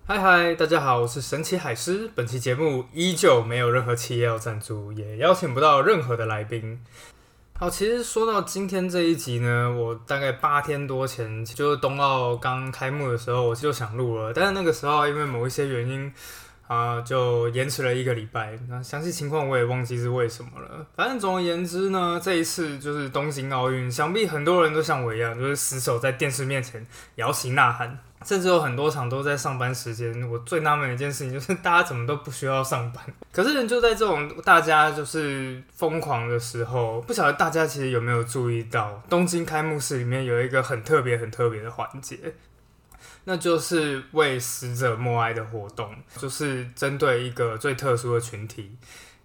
嗨嗨，大家好，我是神奇海狮。本期节目依旧没有任何企业要赞助，也邀请不到任何的来宾。好，其实说到今天这一集呢，我大概8天多前，就是冬奥刚开幕的时候，我就想录了，但是那个时候因为某一些原因就延迟了1个礼拜。那详细情况我也忘记是为什么了。反正总而言之呢，这一次就是东京奥运，想必很多人都像我一样，就是死守在电视面前摇旗呐喊。甚至有很多场都在上班时间，我最纳闷的一件事情就是大家怎么都不需要上班。可是就在这种大家就是疯狂的时候，不晓得大家其实有没有注意到，东京开幕式里面有一个很特别的环节，那就是为死者默哀的活动，就是针对一个最特殊的群体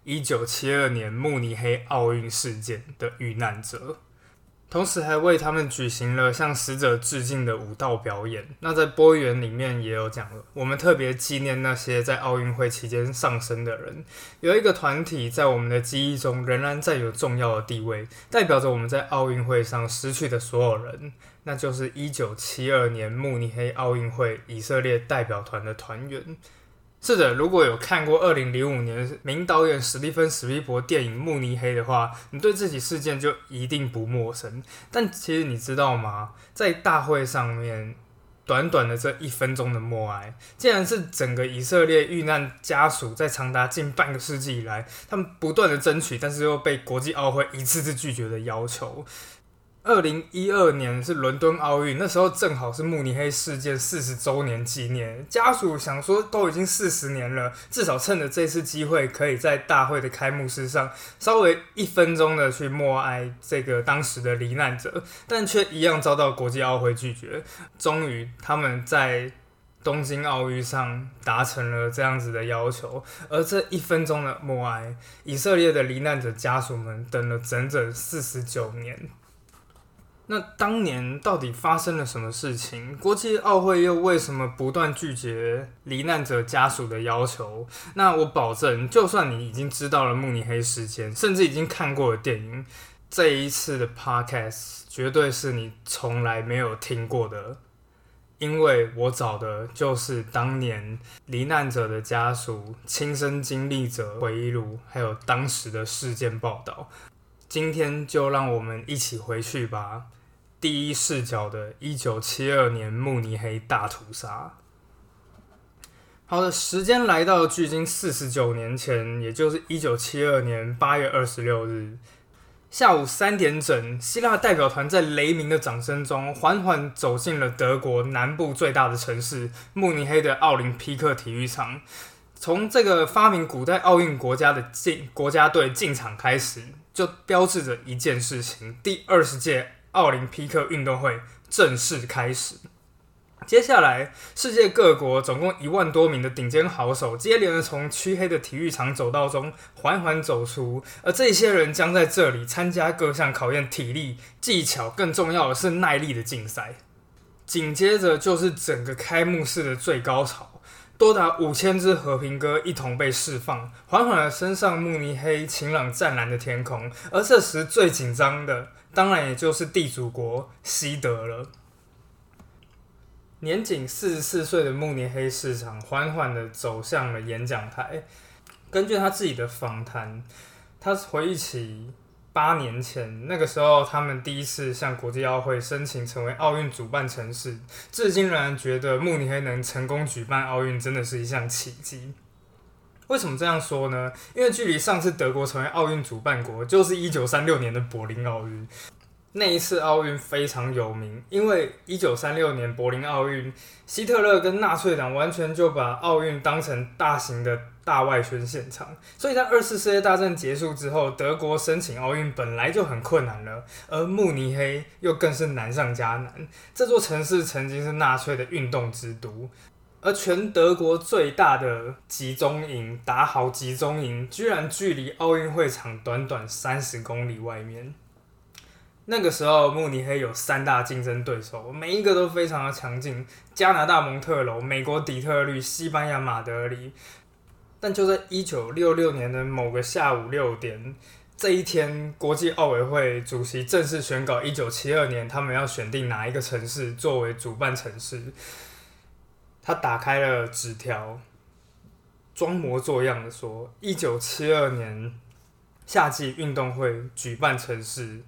，1972年慕尼黑奥运事件的遇难者。同时还为他们举行了向死者致敬的舞蹈表演。那在播员里面也有讲了，我们特别纪念那些在奥运会期间丧生的人。有一个团体在我们的记忆中仍然占有重要的地位，代表着我们在奥运会上失去的所有人，那就是1972年慕尼黑奥运会以色列代表团的团员。是的，如果有看过2005年名导演史蒂芬·史匹柏电影《慕尼黑》的话，你对这起事件就一定不陌生。但其实你知道吗？在大会上面，短短的这1分钟的默哀，竟然是整个以色列遇难家属在长达近半个世纪以来，他们不断的争取，但是又被国际奥会一次次拒绝的要求。2012年是伦敦奥运，那时候正好是慕尼黑事件40周年纪念。家属想说都已经40年了，至少趁着这次机会，可以在大会的开幕式上稍微1分钟的去默哀这个当时的罹难者，但却一样遭到国际奥会拒绝。终于，他们在东京奥运上达成了这样子的要求，而这1分钟的默哀，以色列的罹难者家属们等了整整49年。那当年到底发生了什么事情？国际奥会又为什么不断拒绝罹难者家属的要求？那我保证，就算你已经知道了慕尼黑事件，甚至已经看过了电影，这一次的 podcast 绝对是你从来没有听过的，因为我找的就是当年罹难者的家属亲身经历者回忆录，还有当时的事件报道。今天就让我们一起回去吧。第一视角的1972年慕尼黑大屠杀。好的，时间来到距今49年前，也就是1972年8月26日下午3点整，希腊代表团在雷鸣的掌声中缓缓走进了德国南部最大的城市慕尼黑的奥林匹克体育场。从这个发明古代奥运国家的国家队进场开始，就标志着一件事情：第20届奥林匹克运动会正式开始。接下来，世界各国总共1万多名的顶尖好手，接连的从黢黑的体育场走道中缓缓走出，而这些人将在这里参加各项考验体力、技巧，更重要的是耐力的竞赛。紧接着就是整个开幕式的最高潮，多达5000支和平鸽一同被释放，缓缓地升上慕尼黑晴朗湛蓝的天空。而这时最紧张的，当然也就是地主国西德了。年仅44岁的慕尼黑市长缓缓地走向了演讲台。根据他自己的访谈，他回忆起8年前，那个时候他们第一次向国际奥会申请成为奥运主办城市，至今仍然觉得慕尼黑能成功举办奥运真的是一项奇迹。为什么这样说呢？因为距离上次德国成为奥运主办国就是1936年的柏林奥运。那一次奥运非常有名，因为1936年柏林奥运，希特勒跟纳粹党完全就把奥运当成大型的大外宣现场，所以在2次世界大战结束之后，德国申请奥运本来就很困难了，而慕尼黑又更是难上加难。这座城市曾经是纳粹的运动之都，而全德国最大的集中营达豪集中营，居然距离奥运会场短短30公里外面。那个时候，慕尼黑有3大竞争对手，每一个都非常的强劲：加拿大蒙特娄、美国底特律、西班牙马德里。但就在1966年的某个下午6点，这一天，国际奥委会主席正式宣告1972年他们要选定哪一个城市作为主办城市。 他打开了纸条，装模作样的说：1972年夏季运动会举办城市。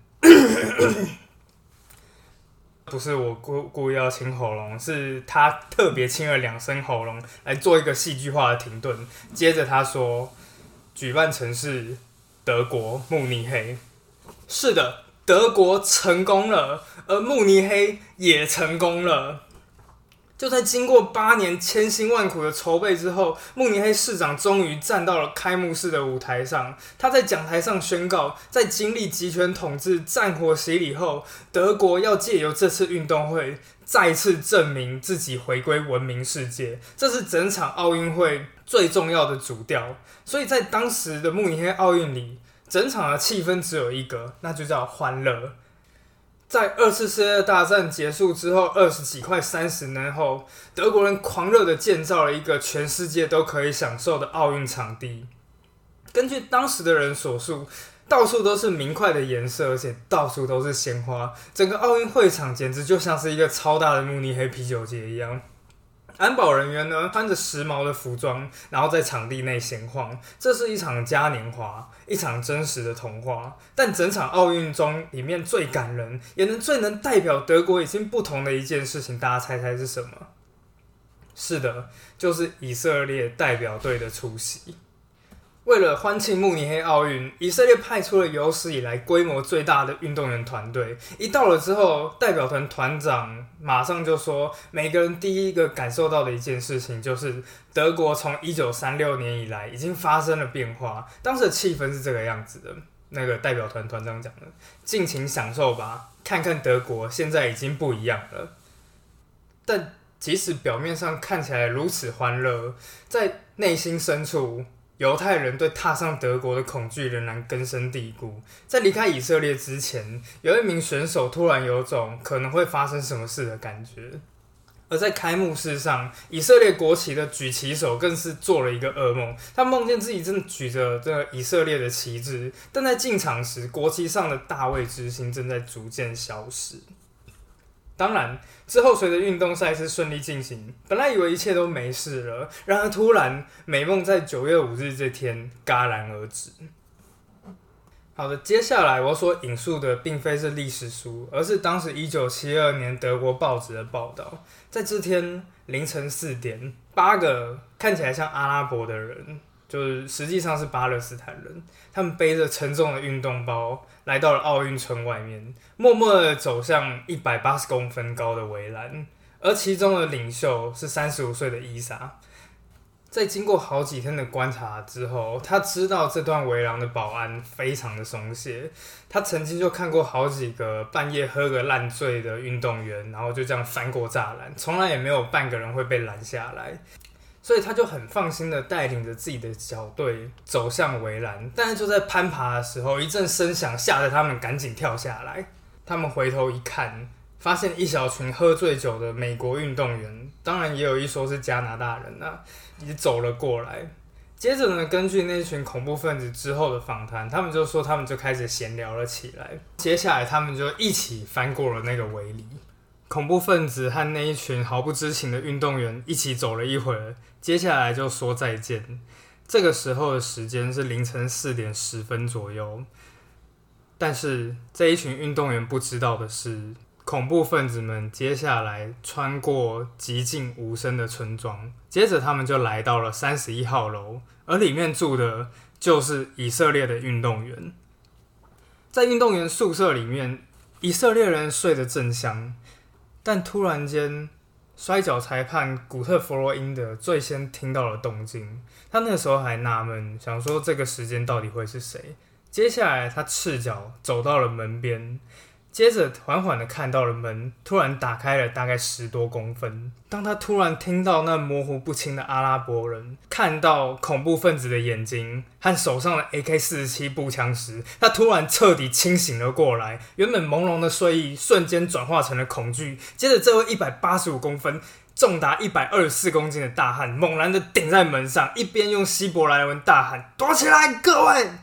不是我故意要清喉咙，是他特别清了2声喉咙来做一个戏剧化的停顿。接着他说，举办城市德国慕尼黑。是的，德国成功了，而慕尼黑也成功了。就在经过8年千辛万苦的筹备之后，慕尼黑市长终于站到了开幕式的舞台上。他在讲台上宣告，在经历极权统治、战火洗礼后，德国要借由这次运动会再次证明自己回归文明世界。这是整场奥运会最重要的主调。所以在当时的慕尼黑奥运里，整场的气氛只有一个，那就叫欢乐。在2次世界大战结束之后20几快30年后，德国人狂热的建造了一个全世界都可以享受的奥运场地。根据当时的人所述，到处都是明快的颜色，而且到处都是鲜花，整个奥运会场简直就像是一个超大的慕尼黑啤酒节一样。安保人员呢，穿着时髦的服装，然后在场地内闲晃。这是一场嘉年华，一场真实的童话。但整场奥运中里面最感人，也最能代表德国已经不同的一件事情，大家猜猜是什么？是的，就是以色列代表队的出席。为了欢庆慕尼黑奥运，以色列派出了有史以来规模最大的运动员团队。一到了之后，代表团团长马上就说，每个人第一个感受到的一件事情就是德国从1936年以来已经发生了变化。当时的气氛是这个样子的，那个代表团团长讲的，尽情享受吧，看看德国现在已经不一样了。但即使表面上看起来如此欢乐，在内心深处，犹太人对踏上德国的恐惧仍然根深蒂固。在离开以色列之前，有一名选手突然有种可能会发生什么事的感觉。而在开幕式上，以色列国旗的举旗手更是做了一个噩梦，他梦见自己正举着这个以色列的旗帜，但在进场时，国旗上的大卫之星正在逐渐消失。当然，之后随着运动赛事顺利进行，本来以为一切都没事了，然而突然，美梦在9月5日这天戛然而止。好的，接下来我所引述的并非是历史书，而是当时1972年德国报纸的报道。在这天凌晨4点，8个看起来像阿拉伯的人，就是实际上是巴勒斯坦人，他们背着沉重的运动包来到了奥运村外面，默默地走向180公分高的围栏，而其中的领袖是35岁的伊莎。在经过好几天的观察之后，他知道这段围栏的保安非常的松懈。他曾经就看过好几个半夜喝个烂醉的运动员，然后就这样翻过栅栏，从来也没有半个人会被拦下来。所以他就很放心的带领着自己的小队走向围栏，但是就在攀爬的时候，一阵声响吓得他们赶紧跳下来。他们回头一看，发现一小群喝醉酒的美国运动员，当然也有一说是加拿大人啊，也走了过来。接着呢，根据那群恐怖分子之后的访谈，他们就说他们就开始闲聊了起来。接下来他们就一起翻过了那个围篱。恐怖分子和那一群毫不知情的运动员一起走了一会儿，接下来就说再见。这个时候的时间是凌晨4点10分左右。但是这一群运动员不知道的是，恐怖分子们接下来穿过寂静无声的村庄，接着他们就来到了31号楼，而里面住的就是以色列的运动员。在运动员宿舍里面，以色列人睡得正香，但突然间，摔跤裁判古特弗洛因德最先听到了动静。他那时候还纳闷，想说这个时间到底会是谁？接下来，他赤脚走到了门边，接着缓缓的看到了门突然打开了大概10多公分。当他突然听到那模糊不清的阿拉伯人，看到恐怖分子的眼睛和手上的 AK-47 步枪时，他突然彻底清醒了过来。原本朦胧的睡意瞬间转化成了恐惧。接着这位185公分重达124公斤的大汉猛然的顶在门上，一边用希伯来文大喊：“躲起来，各位！”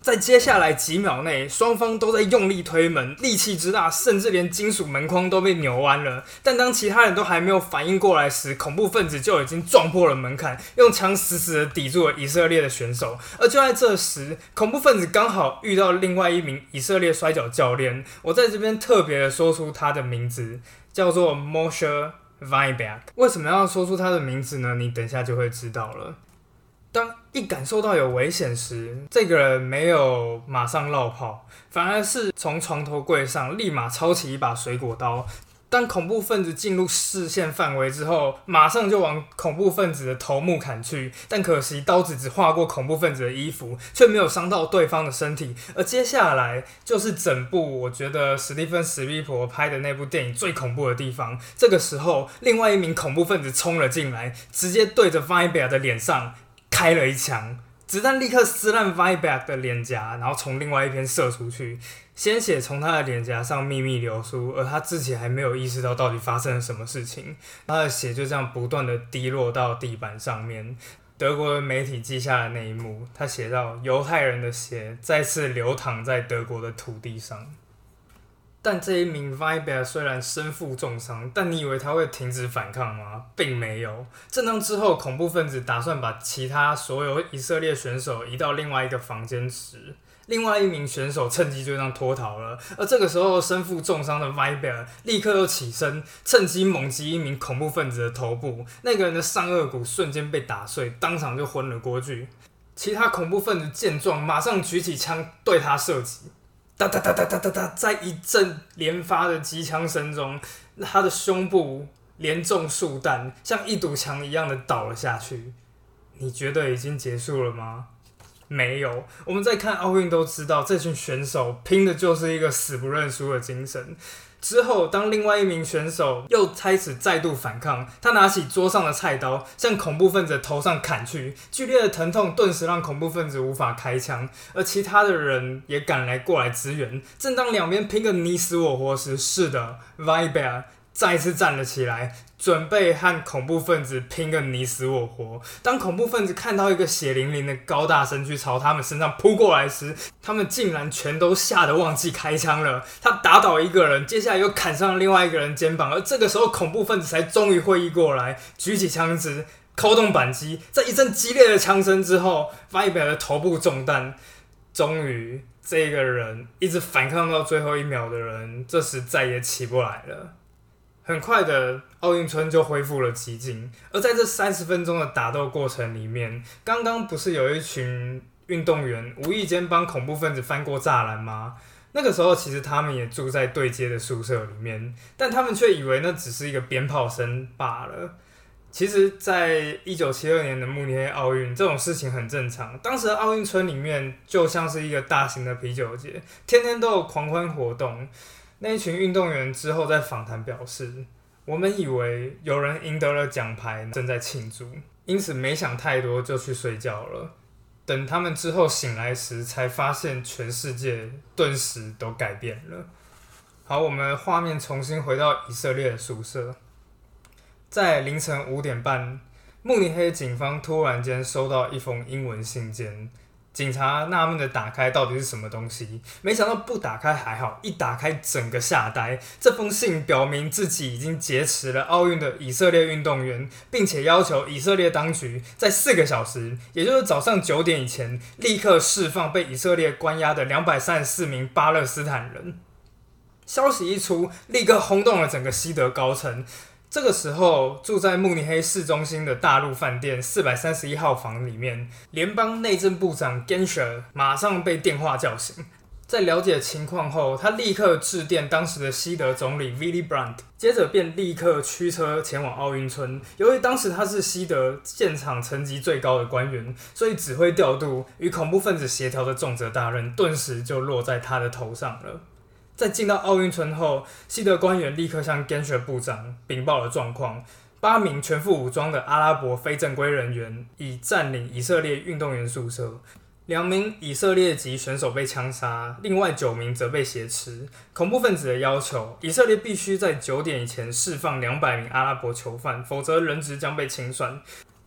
在接下来几秒内，双方都在用力推门，力气之大，甚至连金属门框都被扭弯了。但当其他人都还没有反应过来时，恐怖分子就已经撞破了门槛，用枪死死地抵住了以色列的选手。而就在这时，恐怖分子刚好遇到另外一名以色列摔跤教练。我在这边特别的说出他的名字，叫做 Moshe Weinberg。为什么要说出他的名字呢？你等一下就会知道了。当一感受到有危险时，这个人没有马上落跑，反而是从床头柜上立马抄起一把水果刀。当恐怖分子进入视线范围之后，马上就往恐怖分子的头目砍去。但可惜刀子只划过恐怖分子的衣服，却没有伤到对方的身体。而接下来就是整部我觉得史蒂芬·史匹柏拍的那部电影最恐怖的地方。这个时候，另外一名恐怖分子冲了进来，直接对着 Weinberg 的脸上开了一枪，子弹立刻撕烂 Weinberg 的脸颊，然后从另外一边射出去，鲜血从他的脸颊上秘密流出，而他自己还没有意识到到底发生了什么事情，他的血就这样不断的滴落到地板上面。德国的媒体记下了那一幕，他写道：犹太人的血再次流淌在德国的土地上。但这一名 Weinberg 虽然身负重伤，但你以为他会停止反抗吗？并没有。正当之后，恐怖分子打算把其他所有以色列选手移到另外一个房间时，另外一名选手趁机就这样脱逃了。而这个时候，身负重伤的 Weinberg 立刻又起身，趁机猛击一名恐怖分子的头部，那个人的上颚骨瞬间被打碎，当场就昏了过去。其他恐怖分子见状，马上举起枪对他射击。哒哒哒哒哒哒哒，在一阵连发的机枪声中，他的胸部连中数弹，像一堵墙一样的倒了下去。你觉得已经结束了吗？没有，我们在看奥运都知道，这群选手拼的就是一个死不认输的精神。之后，当另外一名选手又开始再度反抗，他拿起桌上的菜刀向恐怖分子的头上砍去，剧烈的疼痛顿时让恐怖分子无法开枪，而其他的人也赶来过来支援。正当两边拼个你死我活时，是的 ，Weinberg 再次站了起来，准备和恐怖分子拼个你死我活。当恐怖分子看到一个血淋淋的高大身躯朝他们身上扑过来时，他们竟然全都吓得忘记开枪了。他打倒一个人，接下来又砍伤了另外一个人肩膀，而这个时候恐怖分子才终于会意过来，举起枪支扣动扳机。在一阵激烈的枪声之后，Weinberg的头部中弹，终于这个人一直反抗到最后一秒的人，这时再也起不来了。很快的，奥运村就恢复了寂静。而在这30分钟的打斗过程里面，刚刚不是有一群运动员无意间帮恐怖分子翻过栅栏吗？那个时候其实他们也住在对街的宿舍里面，但他们却以为那只是一个鞭炮声罢了。其实在1972年的慕尼黑奥运，这种事情很正常。当时的奥运村里面就像是一个大型的啤酒节，天天都有狂欢活动。那一群运动员之后在访谈表示，我们以为有人赢得了奖牌，正在庆祝，因此没想太多就去睡觉了。等他们之后醒来时，才发现全世界顿时都改变了。好，我们画面重新回到以色列的宿舍。在凌晨5点半，慕尼黑警方突然间收到一封英文信件。警察纳闷的打开到底是什么东西，没想到不打开还好，一打开整个吓呆。这封信表明自己已经劫持了奥运的以色列运动员，并且要求以色列当局在4个小时，也就是早上9点以前，立刻释放被以色列关押的234名巴勒斯坦人。消息一出，立刻轰动了整个西德高层。这个时候，住在慕尼黑市中心的大陆饭店431号房里面，联邦内政部长 Genscher 马上被电话叫醒。在了解情况后，他立刻致电当时的西德总理 Willy Brandt， 接着便立刻驱车前往奥运村。由于当时他是西德现场层级最高的官员，所以指挥调度与恐怖分子协调的重责大任顿时就落在他的头上了。在进到奥运村后，西德官员立刻向 Genscher 部长禀报了状况。8名全副武装的阿拉伯非正规人员已占领以色列运动员宿舍，2名以色列籍选手被枪杀，另外9名则被挟持。恐怖分子的要求，以色列必须在9点以前释放200名阿拉伯囚犯，否则人质将被清算。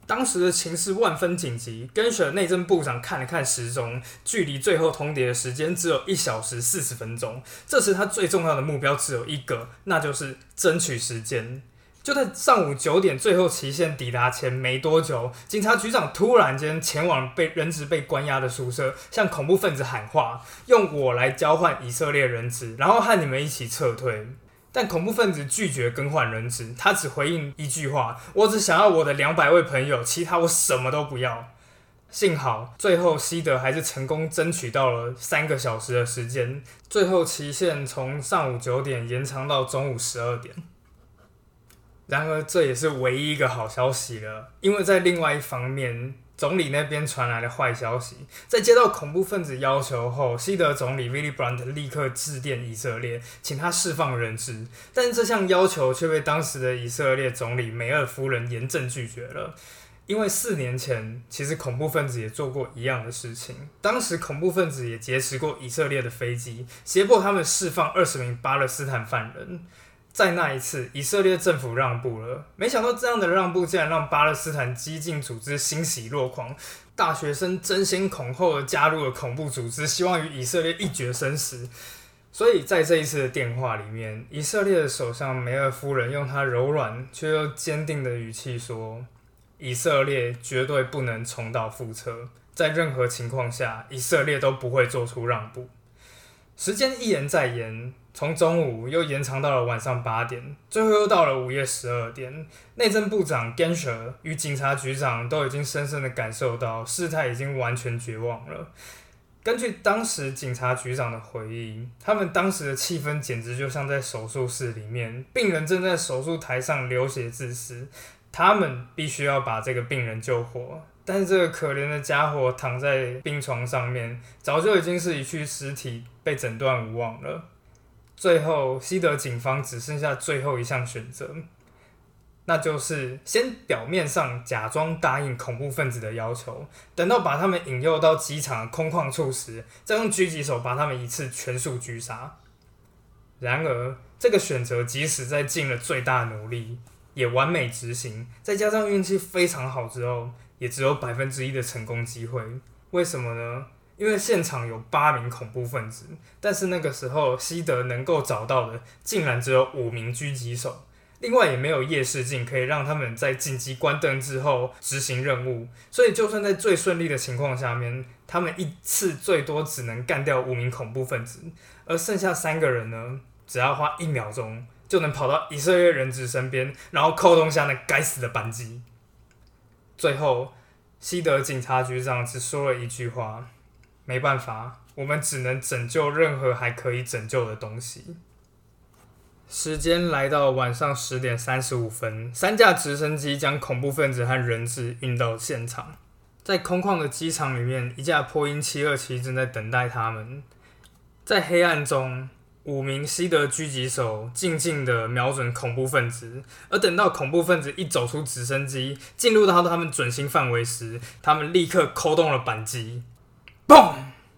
当时的情势万分紧急，根选内政部长看了看时钟，距离最后通牒的时间只有1小时40分钟。这时他最重要的目标只有一个，那就是争取时间。就在上午9点最后期限抵达前没多久，警察局长突然间前往人质被关押的宿舍，向恐怖分子喊话，用我来交换以色列人质，然后和你们一起撤退。但恐怖分子拒绝更换人质，他只回应一句话：我只想要我的200位朋友，其他我什么都不要。幸好最后西德还是成功争取到了3个小时的时间，最后期限从上午9点延长到中午12点。然而这也是唯一一个好消息了，因为在另外一方面，总理那边传来了坏消息。在接到恐怖分子要求后，西德总理 Willy Brandt 立刻致电以色列，请他释放人质，但是这项要求却被当时的以色列总理梅尔夫人严正拒绝了。因为4年前，其实恐怖分子也做过一样的事情。当时恐怖分子也劫持过以色列的飞机，胁迫他们释放20名巴勒斯坦犯人。在那一次，以色列政府让步了，没想到这样的让步竟然让巴勒斯坦激进组织欣喜若狂，大学生争先恐后的加入了恐怖组织，希望与以色列一决生死。所以在这一次的电话里面，以色列的首相梅尔夫人用她柔软却又坚定的语气说，以色列绝对不能重蹈覆辙，在任何情况下，以色列都不会做出让步。时间一延再延，从中午又延长到了晚上8点，最后又到了午夜12点。内政部长 Genscher 与警察局长都已经深深的感受到事态已经完全绝望了。根据当时警察局长的回忆，他们当时的气氛简直就像在手术室里面，病人正在手术台上流血致死，他们必须要把这个病人救活。但是这个可怜的家伙躺在病床上面，早就已经是一具尸体，被诊断无望了。最后，西德警方只剩下最后一项选择，那就是先表面上假装答应恐怖分子的要求，等到把他们引诱到机场的空旷处时，再用狙击手把他们一次全数狙杀。然而，这个选择即使在尽了最大努力，也完美执行，再加上运气非常好之后，也只有1%的成功机会。为什么呢？因为现场有8名恐怖分子，但是那个时候西德能够找到的竟然只有5名狙击手，另外也没有夜视镜可以让他们在紧急关灯之后执行任务，所以就算在最顺利的情况下面，他们一次最多只能干掉5名恐怖分子，而剩下3个人呢，只要花1秒钟就能跑到以色列人质身边，然后扣动下那该死的扳机。最后，西德警察局长只说了一句话：没办法，我们只能拯救任何还可以拯救的东西。时间来到晚上10点35分，3架直升机将恐怖分子和人质运到现场。在空旷的机场里面，一架波音727正在等待他们。在黑暗中，5名西德狙击手静静地瞄准恐怖分子，而等到恐怖分子一走出直升机，进入到他们准心范围时，他们立刻扣动了扳机。嘣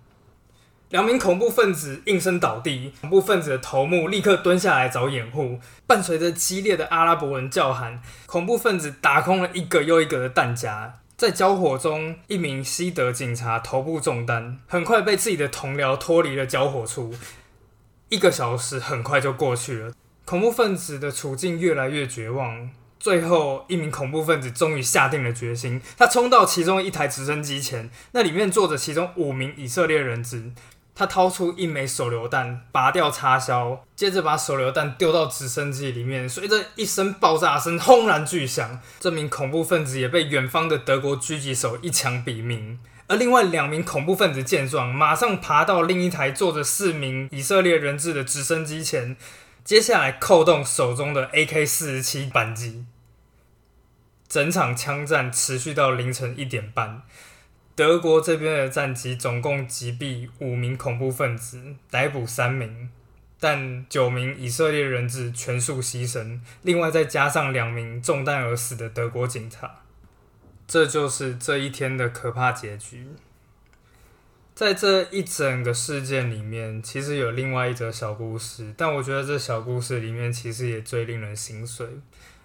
！2名恐怖分子应声倒地，恐怖分子的头目立刻蹲下来找掩护。伴随着激烈的阿拉伯文叫喊，恐怖分子打空了一个又一个的弹夹。在交火中，一名西德警察头部中弹，很快被自己的同僚脱离了交火处。1个小时很快就过去了，恐怖分子的处境越来越绝望。最后，一名恐怖分子终于下定了决心，他冲到其中一台直升机前，那里面坐着其中5名以色列人质。他掏出1枚手榴弹，拔掉插销，接着把手榴弹丢到直升机里面，随着一声爆炸声轰然巨响，这名恐怖分子也被远方的德国狙击手一枪毙命。而另外2名恐怖分子见状，马上爬到另一台坐着4名以色列人质的直升机前，接下来扣动手中的 AK-47 扳机。整场枪战持续到凌晨1点半。德国这边的战机总共击毙5名恐怖分子，逮捕3名，但9名以色列人质全数牺牲，另外再加上2名中弹而死的德国警察。这就是这一天的可怕结局。在这一整个事件里面，其实有另外一则小故事，但我觉得这小故事里面其实也最令人心碎。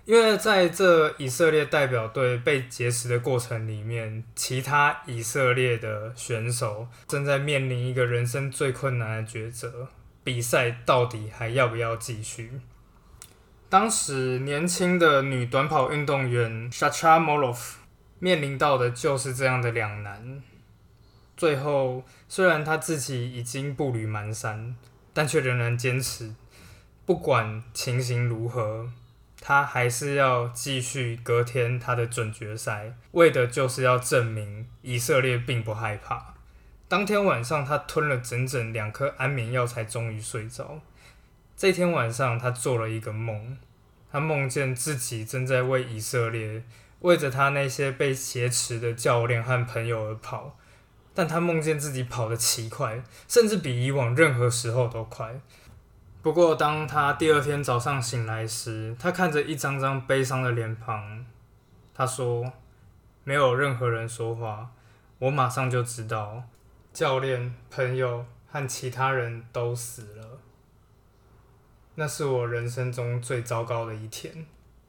因为在这以色列代表队被劫持的过程里面，其他以色列的选手正在面临一个人生最困难的抉择：比赛到底还要不要继续？当时年轻的女短跑运动员 Shachamolov 面临到的就是这样的两难。最后，虽然她自己已经步履蹒跚，但却仍然坚持，不管情形如何，她还是要继续隔天她的准决赛，为的就是要证明以色列并不害怕。当天晚上，她吞了整整2颗安眠药才终于睡着。这天晚上，她做了一个梦，她梦见自己正在为以色列，为着她那些被挟持的教练和朋友而跑。但她梦见自己跑得奇快，甚至比以往任何时候都快。不过，当她第二天早上醒来时，她看着一张张悲伤的脸庞，她说：“没有任何人说话，我马上就知道，教练、朋友和其他人都死了。那是我人生中最糟糕的一天。”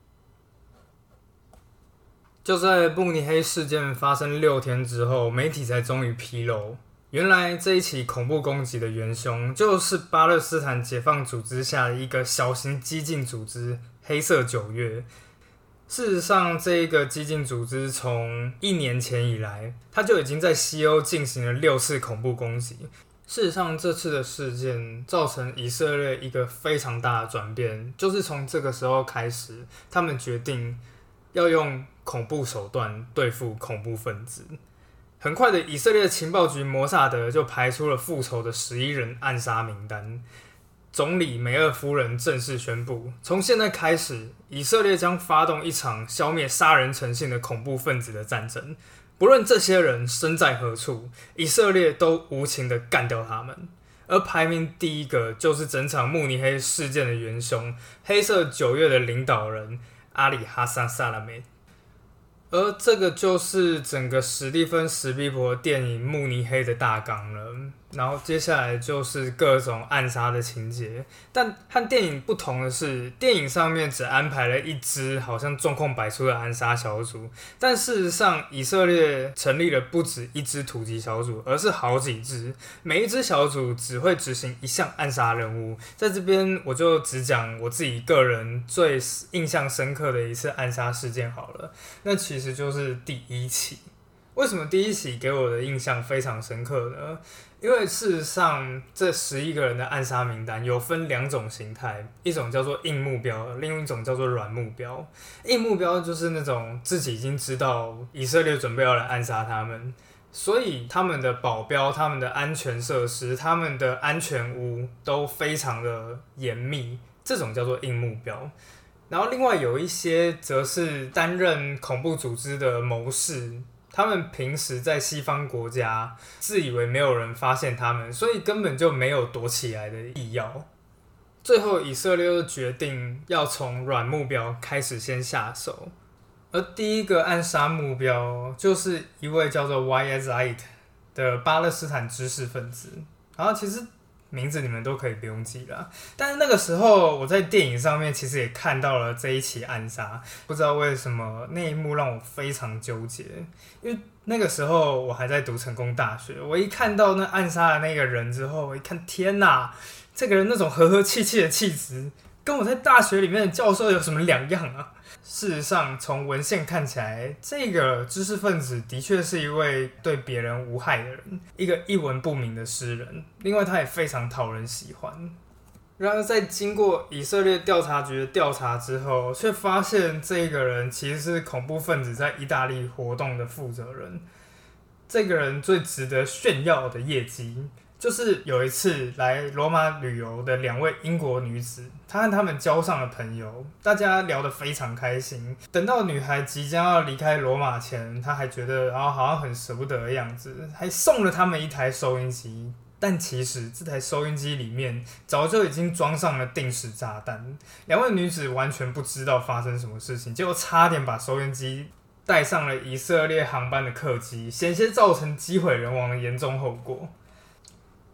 就在慕尼黑事件发生6天之后，媒体才终于披露，原来这一起恐怖攻击的元凶就是巴勒斯坦解放组织下的一个小型激进组织——黑色9月。事实上，这一个激进组织从1年前以来，它就已经在西欧进行了6次恐怖攻击。事实上，这次的事件造成以色列一个非常大的转变，就是从这个时候开始，他们决定要用恐怖手段对付恐怖分子。很快的，以色列情报局摩萨德就排出了复仇的11人暗杀名单。总理梅厄夫人正式宣布，从现在开始，以色列将发动一场消灭杀人成性的恐怖分子的战争。不论这些人身在何处，以色列都无情地干掉他们。而排名第一个就是整场慕尼黑事件的元凶——黑色9月的领导人阿里哈桑萨拉梅。而这个就是整个史蒂芬史匹柏电影《慕尼黑》的大纲了。然后接下来就是各种暗杀的情节，但和电影不同的是，电影上面只安排了一支好像状况百出的暗杀小组，但事实上以色列成立了不止一支突击小组，而是好几支，每一支小组只会执行一项暗杀任务。在这边我就只讲我自己个人最印象深刻的一次暗杀事件好了，那其实就是第1起。为什么第1起给我的印象非常深刻呢？因为事实上，这11个人的暗杀名单有分2种形态，一种叫做硬目标，另一种叫做软目标。硬目标就是那种自己已经知道以色列准备要来暗杀他们，所以他们的保镖、他们的安全设施、他们的安全屋都非常的严密，这种叫做硬目标。然后另外有一些则是担任恐怖组织的谋士，他们平时在西方国家自以为没有人发现他们，所以根本就没有躲起来的必要。最后以色列就决定要从软目标开始先下手，而第一个暗杀目标就是一位叫做 Yad Zayed 的巴勒斯坦知识分子。然后其实名字你们都可以不用记啦，但是那个时候我在电影上面其实也看到了这一起暗杀，不知道为什么那一幕让我非常纠结，因为那个时候我还在读成功大学，我一看到那暗杀的那个人之后，我一看天哪，这个人那种和和气气的气质，跟我在大学里面的教授有什么两样啊？事实上，从文献看起来，这个知识分子的确是一位对别人无害的人，一个一文不名的诗人。另外，他也非常讨人喜欢。然而，在经过以色列调查局的调查之后，却发现这个人其实是恐怖分子在意大利活动的负责人。这个人最值得炫耀的业绩，就是有一次来罗马旅游的2位英国女子，她和他们交上了朋友，大家聊得非常开心。等到女孩即将要离开罗马前，她还觉得好像很舍不得的样子，还送了他们一台收音机。但其实这台收音机里面早就已经装上了定时炸弹，2位女子完全不知道发生什么事情，结果差点把收音机带上了以色列航班的客机，险些造成机毁人亡的严重后果。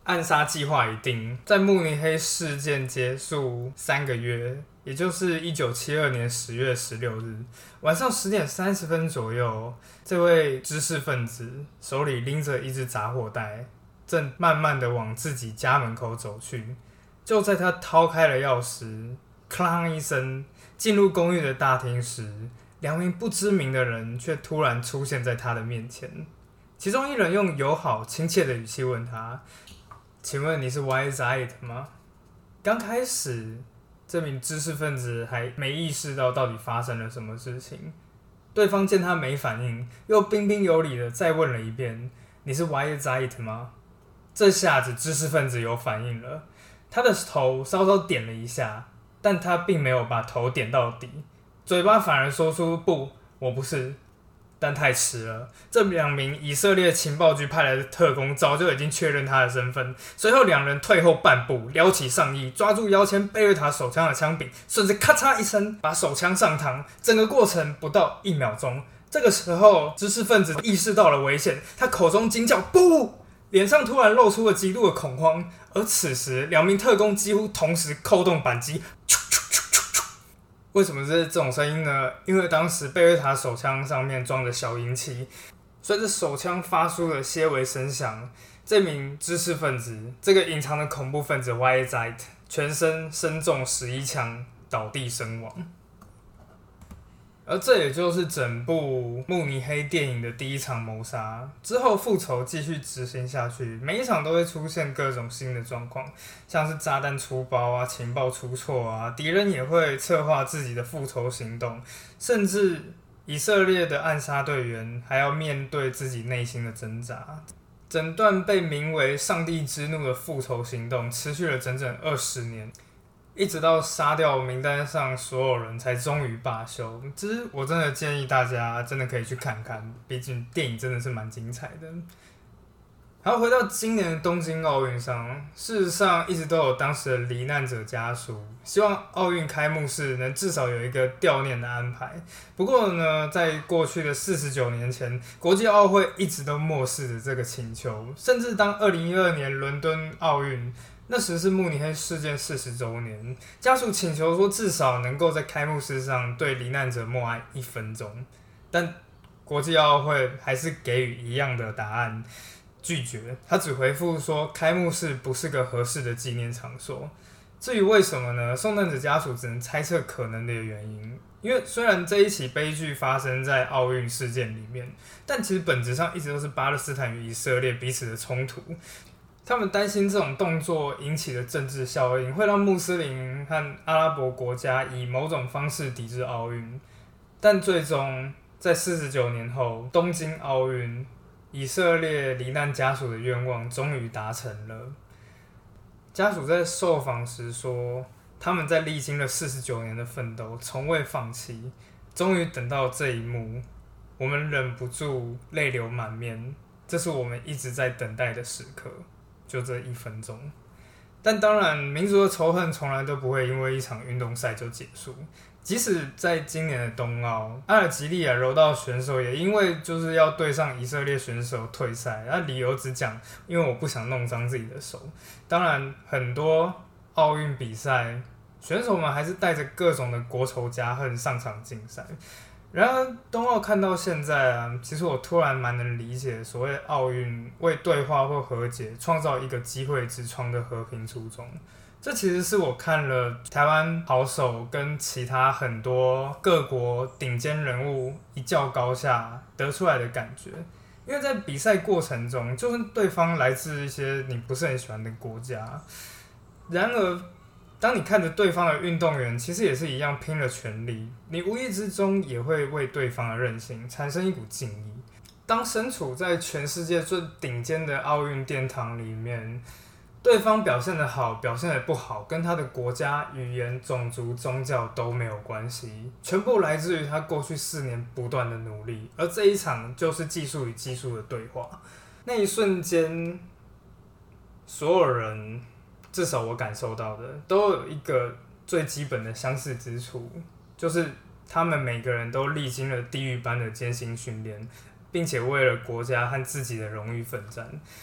暗杀计划一定，在慕尼黑事件结束3个月，也就是1972年10月16日晚上10点30分左右，这位知识分子手里拎着一只杂货袋，正慢慢的往自己家门口走去。就在他掏开了钥匙，哐一声进入公寓的大厅时，2名不知名的人却突然出现在他的面前。其中一人用友好亲切的语气问他：请问你是 Wyatt 吗？刚开始这名知识分子还没意识到到底发生了什么事情，对方见他没反应，又彬彬有礼的再问了一遍：你是 Wyatt 吗？这下子知识分子有反应了，他的头稍稍点了一下，但他并没有把头点到底，嘴巴反而说出不，我不是。但太迟了，这2名以色列情报局派来的特工早就已经确认他的身份。随后2人退后半步，撩起上衣，抓住腰间贝瑞塔手枪的枪柄，顺着咔嚓一声把手枪上膛。整个过程不到1秒钟。这个时候，知识分子意识到了危险，他口中惊叫不，脸上突然露出了极度的恐慌。而此时2名特工几乎同时扣动扳机。为什么是这种声音呢？因为当时贝瑞塔手枪上面装着小银器，随着手枪发出了些微声响，这名知识分子，这个隐藏的恐怖分子 Wyatt 全身身中11枪，倒地身亡。而这也就是整部慕尼黑电影的第一场谋杀。之后复仇继续执行下去，每一场都会出现各种新的状况，像是炸弹出包啊、情报出错啊，敌人也会策划自己的复仇行动，甚至以色列的暗杀队员还要面对自己内心的挣扎。整段被名为上帝之怒的复仇行动持续了整整20年，一直到杀掉名单上所有人才终于罢休。其实我真的建议大家真的可以去看看，毕竟电影真的是蛮精彩的。好，回到今年的东京奥运上，事实上一直都有当时的罹难者家属希望奥运开幕式能至少有一个悼念的安排。不过呢，在过去的49年前，国际奥会一直都漠视着这个请求，甚至当2012年伦敦奥运，那时是慕尼黑事件40周年，家属请求说至少能够在开幕式上对罹难者默哀1分钟，但国际奥会还是给予一样的答案，拒绝。他只回复说开幕式不是个合适的纪念场所。至于为什么呢？受难者家属只能猜测可能的原因。因为虽然这一起悲剧发生在奥运事件里面，但其实本质上一直都是巴勒斯坦与以色列彼此的冲突。他们担心这种动作引起的政治效应会让穆斯林和阿拉伯国家以某种方式抵制奥运，但最终在49年后东京奥运，以色列罹难家属的愿望终于达成了。家属在受访时说，他们在历经了49年的奋斗，从未放弃，终于等到这一幕，我们忍不住泪流满面，这是我们一直在等待的时刻，就这1分钟。但当然，民族的仇恨从来都不会因为一场运动赛就结束。即使在今年的冬奥，阿尔及利亚柔道选手也因为就是要对上以色列选手退赛，那理由只讲因为我不想弄脏自己的手。当然，很多奥运比赛选手们还是带着各种的国仇家恨上场竞赛。然而，冬奥看到现在啊，其实我突然蛮能理解所谓奥运为对话或和解创造一个机会之窗的和平初衷。这其实是我看了台湾好手跟其他很多各国顶尖人物一较高下得出来的感觉。因为在比赛过程中，就算对方来自一些你不是很喜欢的国家，然而当你看着对方的运动员其实也是一样拼了全力，你无意之中也会为对方的韧性产生一股敬意。当身处在全世界最顶尖的奥运殿堂里面，对方表现得好，表现得不好，跟他的国家、语言、种族、宗教都没有关系，全部来自于他过去4年不断的努力。而这一场就是技术与技术的对话。那一瞬间，所有人，至少我感受到的，都有一个最基本的相似之处，就是他们每个人都历经了地狱般的艰辛训练，并且为了国家和自己的荣誉奋战。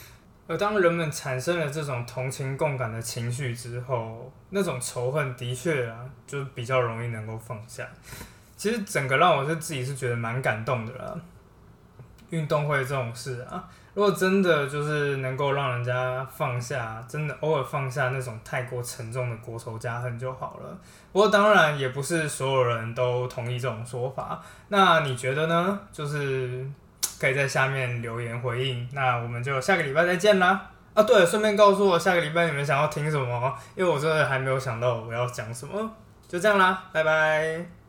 而当人们产生了这种同情共感的情绪之后，那种仇恨的确啊，就比较容易能够放下。其实整个让我自己是觉得蛮感动的啦。运动会这种事啊，如果真的就是能够让人家放下，真的偶尔放下那种太过沉重的国仇家恨就好了。不过当然也不是所有人都同意这种说法。那你觉得呢？就是可以在下面留言回应。那我们就下个礼拜再见啦！啊，对了，顺便告诉我下个礼拜你们想要听什么，因为我真的还没有想到我要讲什么。就这样啦，拜拜。